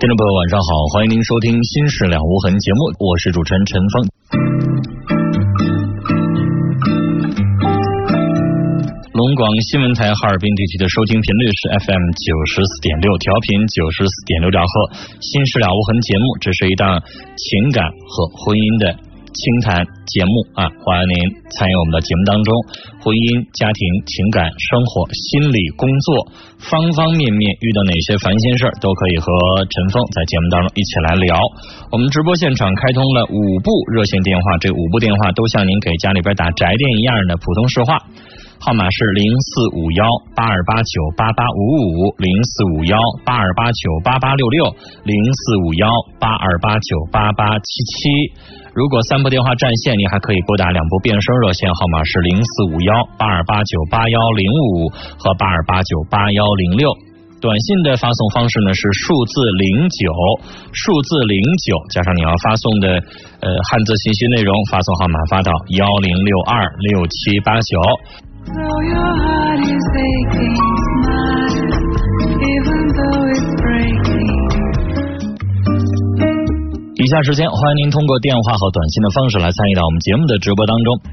听众朋友晚上好，欢迎您收听新事了无痕节目，我是主持人陈峰。龙广新闻台哈尔滨地区的收听频率是 FM 94.6，调频94.6兆赫。新事了无痕节目，这是一档情感和婚姻的清谈节目啊，欢迎您参与我们的节目当中。婚姻、家庭、情感、生活、心理、工作，方方面面遇到哪些烦心事儿，都可以和陈峰在节目当中一起来聊。我们直播现场开通了5部热线电话，这5部电话都像您给家里边打宅电一样的普通市话。号码是0451-8289-8855，0451-8289-8866，0451-8289-8877。如果3部电话占线，您还可以拨打2部变声热线，号码是0451-8289-8105和8289-8106。短信的发送方式呢是数字09，数字09加上你要发送的汉字信息内容，发送号码发到10626789。So your heart is aching, smile, even though it's breaking. 以下时间，欢迎您通过电话和短信的方式来参与到我们节目的直播当中。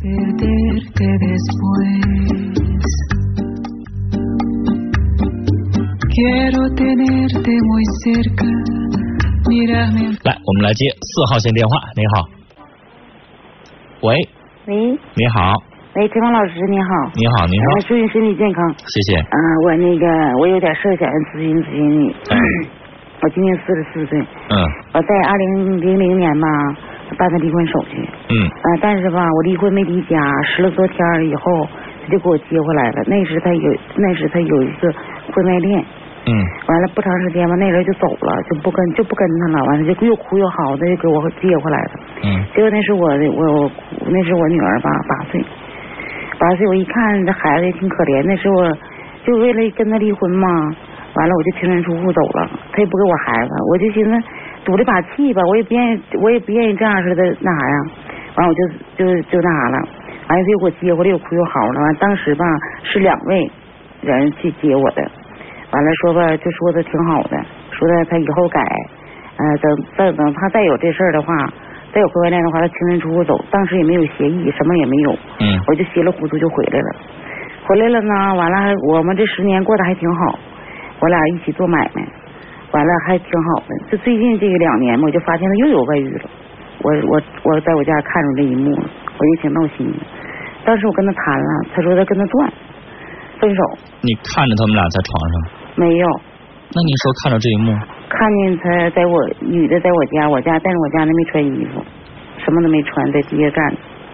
来，我们来接4号线电话。你好，喂，你好。 喂，陈芳老师你好。 你好，你好。 祝你身体健康。 谢谢。 我有点事想咨询你。我今年44岁。我在2000年吧办的离婚手续。但是吧，我离婚没离家，10多天以后他就给我接回来了。那时他有一个婚外恋。完了不长时间吧，那人就走了，就不跟他了。完了就又哭又嚎的，就给我接回来了。结果那是我女儿吧，8岁。8岁，我一看这孩子也挺可怜，那时候我就为了跟他离婚嘛，完了我就清真出户走了，他也不给我孩子，我就寻思赌这把气吧，我也不愿意这样似的那啥呀，完了我就那啥了，完了他又给我接回来，又哭又嚎了，完当时吧是2位人去接我的，完了说吧就说的挺好的，说的他以后改，等他再有这事儿的话。再有婚外恋的话，他清真出户走，当时也没有协议，什么也没有。我就稀里糊涂就回来了。回来了呢，完了我们这10年过得还挺好，我俩一起做买卖，完了还挺好的。就最近这个2年嘛，我就发现他又有外遇了。我在我家看着这一幕了，我也挺闹心的。当时我跟他谈了，他说他跟他断，分手。你看着他们俩在床上？ 没有。 那你说看着这一幕？ 看见他女的在我家，但是我家那没穿衣服，什么都没穿，在地下站。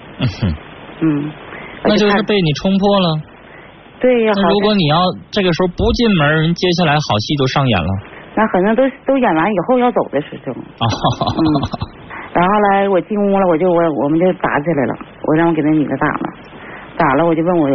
那就是被你冲破了。 对呀。 那如果你要这个时候不进门，人接下来好戏就上演了。 那可能都演完以后要走的时候。然后来我进屋了，我们就打起来了，我让我给那女的打了，我就问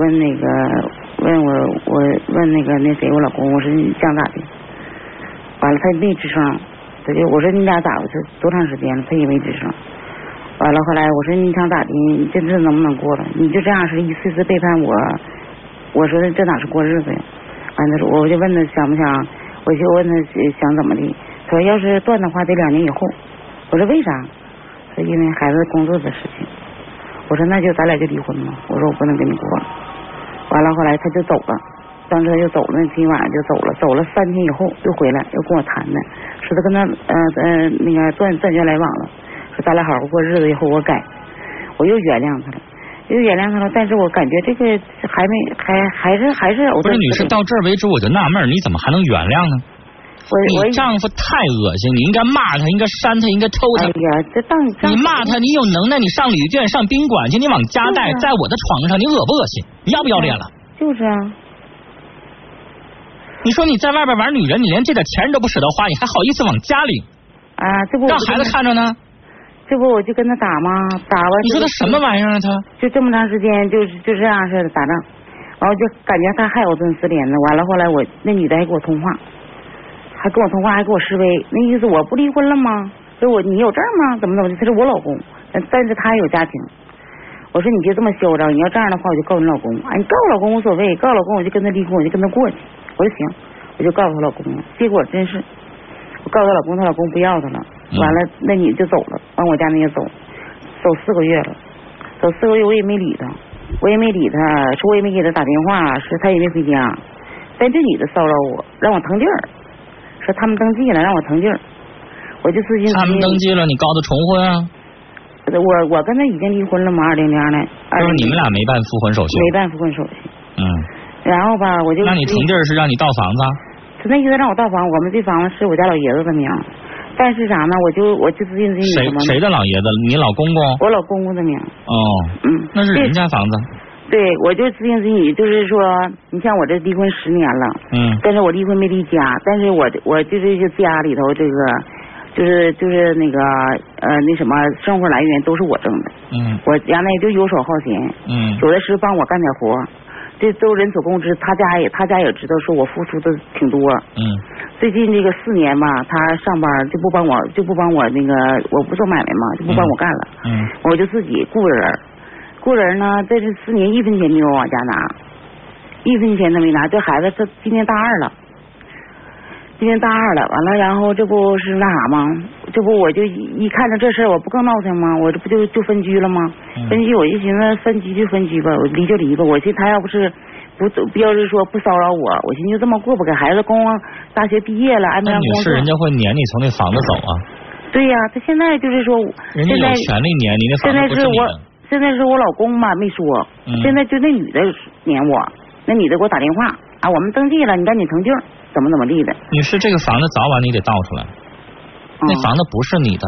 那谁我老公，我说你想咋的？完了他没吱声，我说你俩打过去多长时间了？他也没吱声。完了后来我说你想咋的？你这能不能过了？你就这样是一次次背叛我，我说这哪是过日子呀？完了我就问他想不想，我就问他想怎么的？他说要是断的话得2年以后。我说为啥？他说因为孩子工作的事情。我说那就咱俩就离婚嘛。我说我不能跟你过了。完了后来他就走了。当时他就走了，那天晚上就走了3天以后又回来，又跟我谈的，说他跟他那个断绝来往了，说咱俩好好过日子，以后我改，我又原谅他了，但是我感觉这个还是不是女士，到这儿为止我就纳闷，你怎么还能原谅呢？你丈夫太恶心，你应该骂他，应该扇他，应该抽他。 哎呀， 你骂他，你有能耐，你上旅店，上宾馆去，你往家带，在我的床上，你恶不恶心？你要不要脸了？ 就是啊。 你说你在外边玩女人，你连这点钱都不舍得花，你还好意思往家领啊？这不让孩子看着呢？ 这不我就跟他打吗？打完你说他什么玩意儿啊？他就这么长时间就这样似的打仗，然后就感觉他还有顿撕脸呢。完了后来那女的还跟我通话，还跟我示威，那意思我不离婚了吗？说你有证吗？怎么的？他是我老公，但是他有家庭。我说你别这么嚣张，你要这样的话我就告你老公。你告我老公无所谓，告我老公我就跟他离婚，我就跟他过去。我说行，我就告诉我老公了。结果真是， 我告诉她老公，她老公不要她了，完了那女的就走了，完我家那个走4个月了，走4个月我也没理她，说我也没给她打电话，说她也没回家，但这女的骚扰我，让我腾劲儿，说他们登记了让我腾劲儿，我就自信。 他们登记了，你告他重婚啊？ 我跟他已经离婚了嘛，20年的。 就是你们俩没办复婚手续？ 没办复婚手续。然后吧，我就。 那你腾劲儿是让你盗房子？ 他那意思让我盗房，我们这房子是我家老爷子的名，但是啥呢？我就自信什么？ 谁的老爷子？你老公公？ 我老公公的名。 哦。那是人家房子。 对，我就自信自己，就是说，你像我这离婚10年了，但是我离婚没离家，但是我就是家里头这个。就是那个那什么生活来源都是我挣的，我家那就游手好闲，有的时候帮我干点活，这都人所共知，他家也知道说我付出的挺多，最近这个4年吧，他上班就不帮我那个，我不做买卖嘛，就不帮我干了，我就自己雇人呢，在这4年1分钱没有往家拿，1分钱都没拿，这孩子他今年大2了。完了，然后这不是那啥吗？这不我就一看着这事儿，我不更闹腾吗？我这不就分居了吗？分居我就寻思分居就分居吧，我离就离吧。我寻思他要是说不骚扰我寻思就这么过吧，给孩子供大学毕业了，安排上工作。 女士，人家会撵你从那房子走啊？ 对呀，他现在就是说， 人家有权利撵你，那房子不是你的。 现在是我老公嘛没说，现在就那女的撵我，那女的给我打电话啊，我们登记了，你赶紧腾劲儿。怎么地的？ 女士，这个房子早晚你得倒出来，那房子不是你的。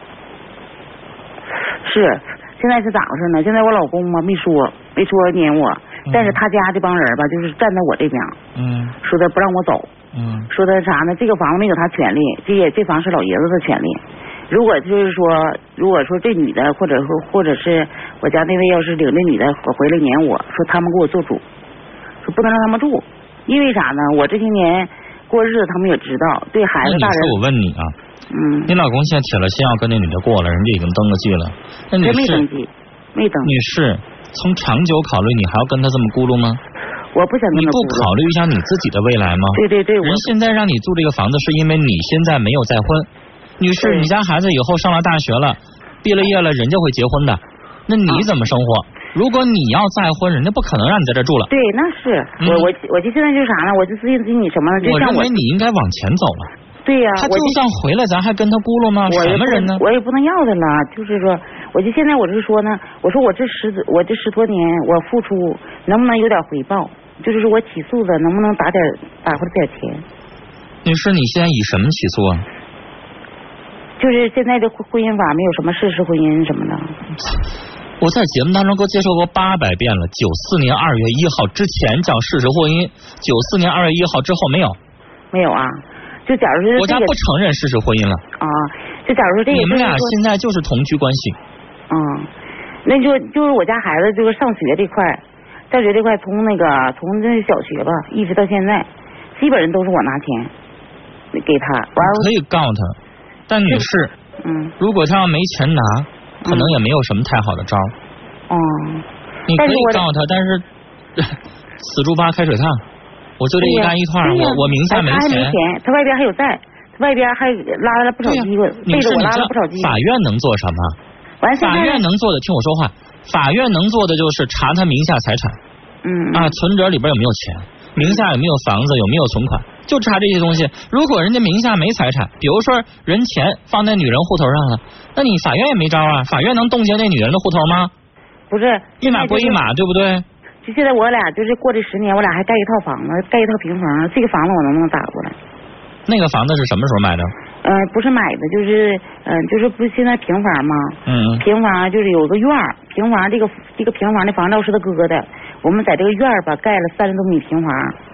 是，现在是咋回事呢？现在我老公嘛没说撵我，但是他家这帮人吧，就是站在我这边，说他不让我走，说他啥呢？这个房子没有他权利，这房是老爷子的权利。如果说这女的或者是我家那位要是领这女的回来撵我，说他们给我做主，说不能让他们住，因为啥呢？我这些年。过日子他们也知道，对孩子大人。 我问你啊，你老公现在铁了心要跟那女的过了，人家已经登个记了，那女士没登记，没登。 女士，从长久考虑，你还要跟他这么咕噜吗？ 我不想跟他咕噜。 你不考虑一下你自己的未来吗？ 对， 人现在让你住这个房子，是因为你现在没有再婚。女士，你家孩子以后上了大学了，毕了业了，人家会结婚的，那你怎么生活？如果你要再婚，人家不可能让你在这住了。 对，那是我就现在就是啥呢？我就自信你什么呢？ 我认为你应该往前走了。 对呀， 他就算回来，咱还跟他咕噜吗？什么人呢？ 我也不能要他了。就是说，现在我是说呢，我说我这10多年我付出能不能有点回报？就是说我起诉的能不能打回点钱？ 女士，你现在以什么起诉啊？ 就是现在这婚姻法没有什么事实婚姻什么的。 我在节目当中给我介绍过800遍了，94年2月1号之前叫事实婚姻，94年2月1号之后没有。没有啊，就假如说、国家不承认事实婚姻了啊，就假如说这个你们俩现在就是同居关系。那就是我家孩子就是上学这块从这小学吧一直到现在，基本上都是我拿钱给他。可以告他，但女士，如果他要没钱拿。可能也没有什么太好的招。你可以告他，但是死猪八开水烫，我就这一干一块，我名下没钱，他外边还有债，外边还拉了不少机会，背着我拉了不少机会。法院能做什么？法院能做的，听我说话，法院能做的就是查他名下财产，存折里边有没有钱，名下有没有房子，有没有存款，就查这些东西。如果人家名下没财产，比如说人钱放在女人户头上了，那你法院也没招啊，法院能冻结那女人的户头吗？不是，一码归一码，对不对？就现在我俩就是过这10年，我俩还盖一套房子，盖一套平房，这个房子我能不能打过来？那个房子是什么时候买的？不是买的，就是不是现在平房吗？平房就是有个院儿，平房这个平房的房照是他哥的，我们在这个院儿吧盖了30多米平房。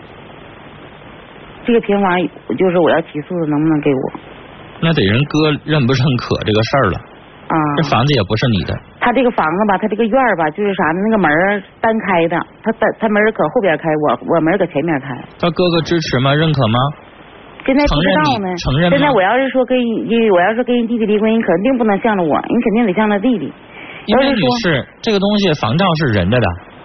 这个平房就是我要起诉的，能不能给我？那得人哥认不认可这个事儿了。这房子也不是你的。他这个房子吧，他这个院儿吧，就是啥呢？那个门单开的，他门搁后边开，我门搁前面开。他哥哥支持吗？认可吗？现在不知道呢。承认吗？现在我要是说跟人弟弟离婚，你肯定不能向着我，你肯定得向着弟弟。因为女士，这个东西房照是人家的，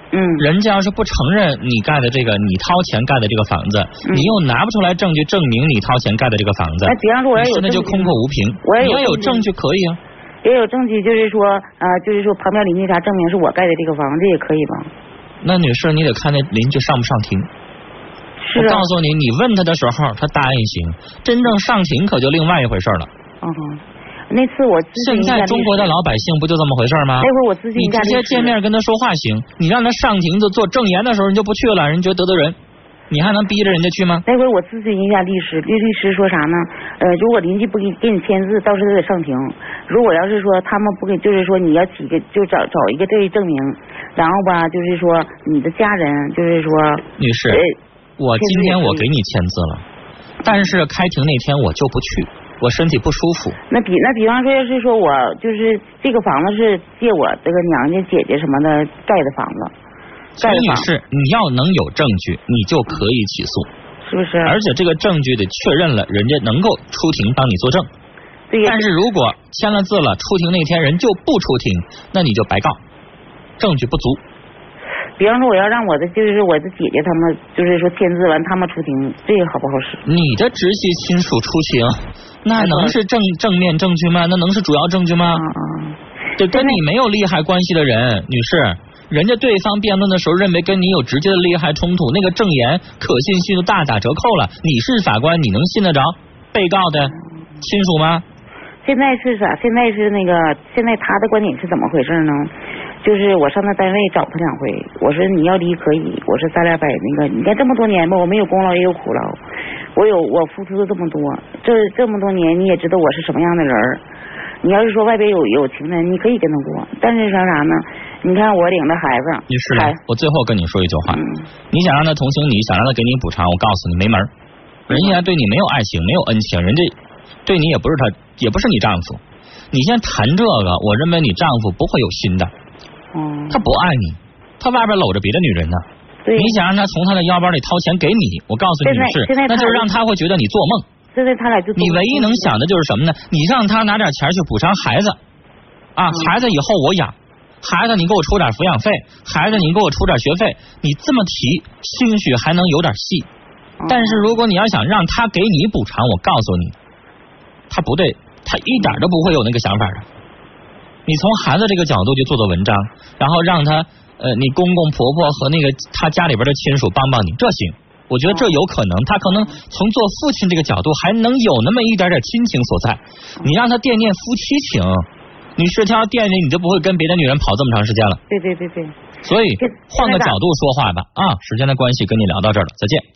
人家要是不承认你盖的这个，你掏钱盖的这个房子，你又拿不出来证据证明你掏钱盖的这个房子， 比方说我也有证据， 那就空口无凭。你要有证据可以啊， 也有证据，就是说旁边邻居啥证明是我盖的这个房子也可以吧？那女士，你得看那邻居上不上庭。我告诉你，你问他的时候他答应行，真正上庭可就另外一回事了。 那次我现在中国的老百姓不就这么回事吗？ 那会儿我咨询一下你直接见面跟他说话行，你让他上庭做证言的时候你就不去了，人觉得得罪人，你还能逼着人家去吗？ 那会儿我咨询一下律师，律师说啥呢？如果邻居不给你签字，到时候得上庭。如果要是说他们不给，就是说你要起个就找一个这一证明，然后吧，就是说你的家人，就是说女士，我今天我给你签字了，但是开庭那天我就不去。我身体不舒服。那比方说，要是说我就是这个房子是借我这个娘家姐姐什么的盖的房子， 所以女士，你要能有证据，你就可以起诉， 是不是？ 而且这个证据得确认了，人家能够出庭帮你作证。但是如果签了字了，出庭那天人就不出庭，那你就白告，证据不足。 比方说，我要让我的就是我的姐姐他们，就是说签字完他们出庭，这个好不好使？ 你的直系亲属出庭，那能是正面证据吗？那能是主要证据吗？对，跟你没有利害关系的人，女士，人家对方辩论的时候认为跟你有直接的利害冲突，那个证言可信性就大打折扣了。你是法官，你能信得着被告的亲属吗？ 现在是啥？现在是那个，现在他的观点是怎么回事呢？就是我上他单位找他2回，我说你要离可以，我说咱俩把那个，你看这么多年吧，我没有功劳也有苦劳，我付出了这么多，这么多年你也知道我是什么样的人，你要是说外边有情人，你可以跟他过，但是啥呢？你看我领着孩子， 女士，我最后跟你说一句话，你想让他同情你，想让他给你补偿，我告诉你没门，人家对你没有爱情，没有恩情，人家对你也不是你丈夫，你先谈这个，我认为你丈夫不会有心的。他不爱你，他外边搂着别的女人呢。你想让他从他的腰包里掏钱给你，我告诉你女士，那就是让他会觉得你做梦。 现在他俩就你唯一能想的就是什么呢？你让他拿点钱去补偿孩子啊，孩子以后我养，孩子你给我出点抚养费，孩子你给我出点学费，你这么提，兴许还能有点戏。但是如果你要想让他给你补偿，我告诉你，他不对，他一点都不会有那个想法的。你从孩子这个角度去做文章，然后让他你公公婆婆和那个他家里边的亲属帮帮你，这行，我觉得这有可能，他可能从做父亲这个角度还能有那么一点点亲情所在。你让他惦念夫妻情，你是他要惦念，你就不会跟别的女人跑这么长时间了。 对。 所以换个角度说话吧啊！时间的关系，跟你聊到这儿了，再见。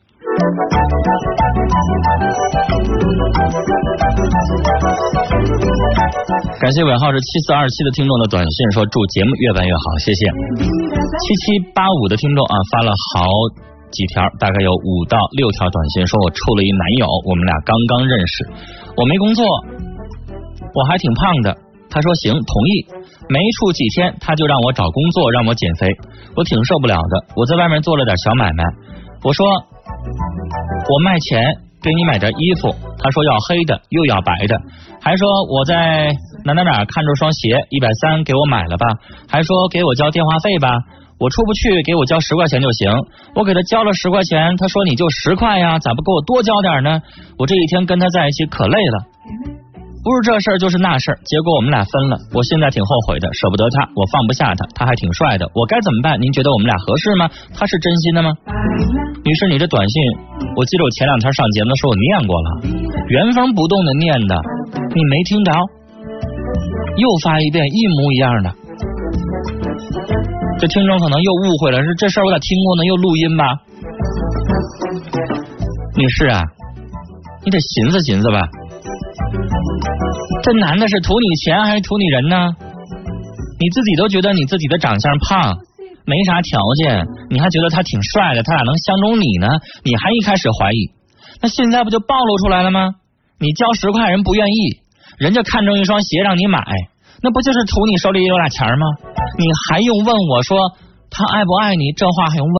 感谢尾号是7427的听众的短信说祝节目越办越好，谢谢。7785的听众啊发了好几条，大概有5到6条短信，说我处了一男友，我们俩刚刚认识，我没工作，我还挺胖的，他说行，同意。没处几天他就让我找工作，让我减肥，我挺受不了的。我在外面做了点小买卖，我说我卖钱给你买点衣服，他说要黑的又要白的，还说我在哪看着双鞋130给我买了吧，还说给我交电话费吧，我出不去给我交10块钱就行，我给他交了10块钱，他说你就10块呀，咋不给我多交点呢？我这一天跟他在一起可累了，不是这事儿就是那事儿，结果我们俩分了，我现在挺后悔的，舍不得他，我放不下他，他还挺帅的，我该怎么办？您觉得我们俩合适吗？他是真心的吗？女士，你这短信我记得我前2天上节目的时候我念过了，原封不动的念的，你没听着？又发一遍一模一样的，这听众可能又误会了，是这事儿我咋听过呢？又录音吧？女士啊，你得寻思寻思吧，这男的是图你钱还是图你人呢？你自己都觉得你自己的长相胖，没啥条件，你还觉得他挺帅的，他咋能相中你呢？你还一开始怀疑，那现在不就暴露出来了吗？你交10块人不愿意，人家看中一双鞋让你买，那不就是图你手里有俩钱吗？你还用问我说他爱不爱你，这话还用问？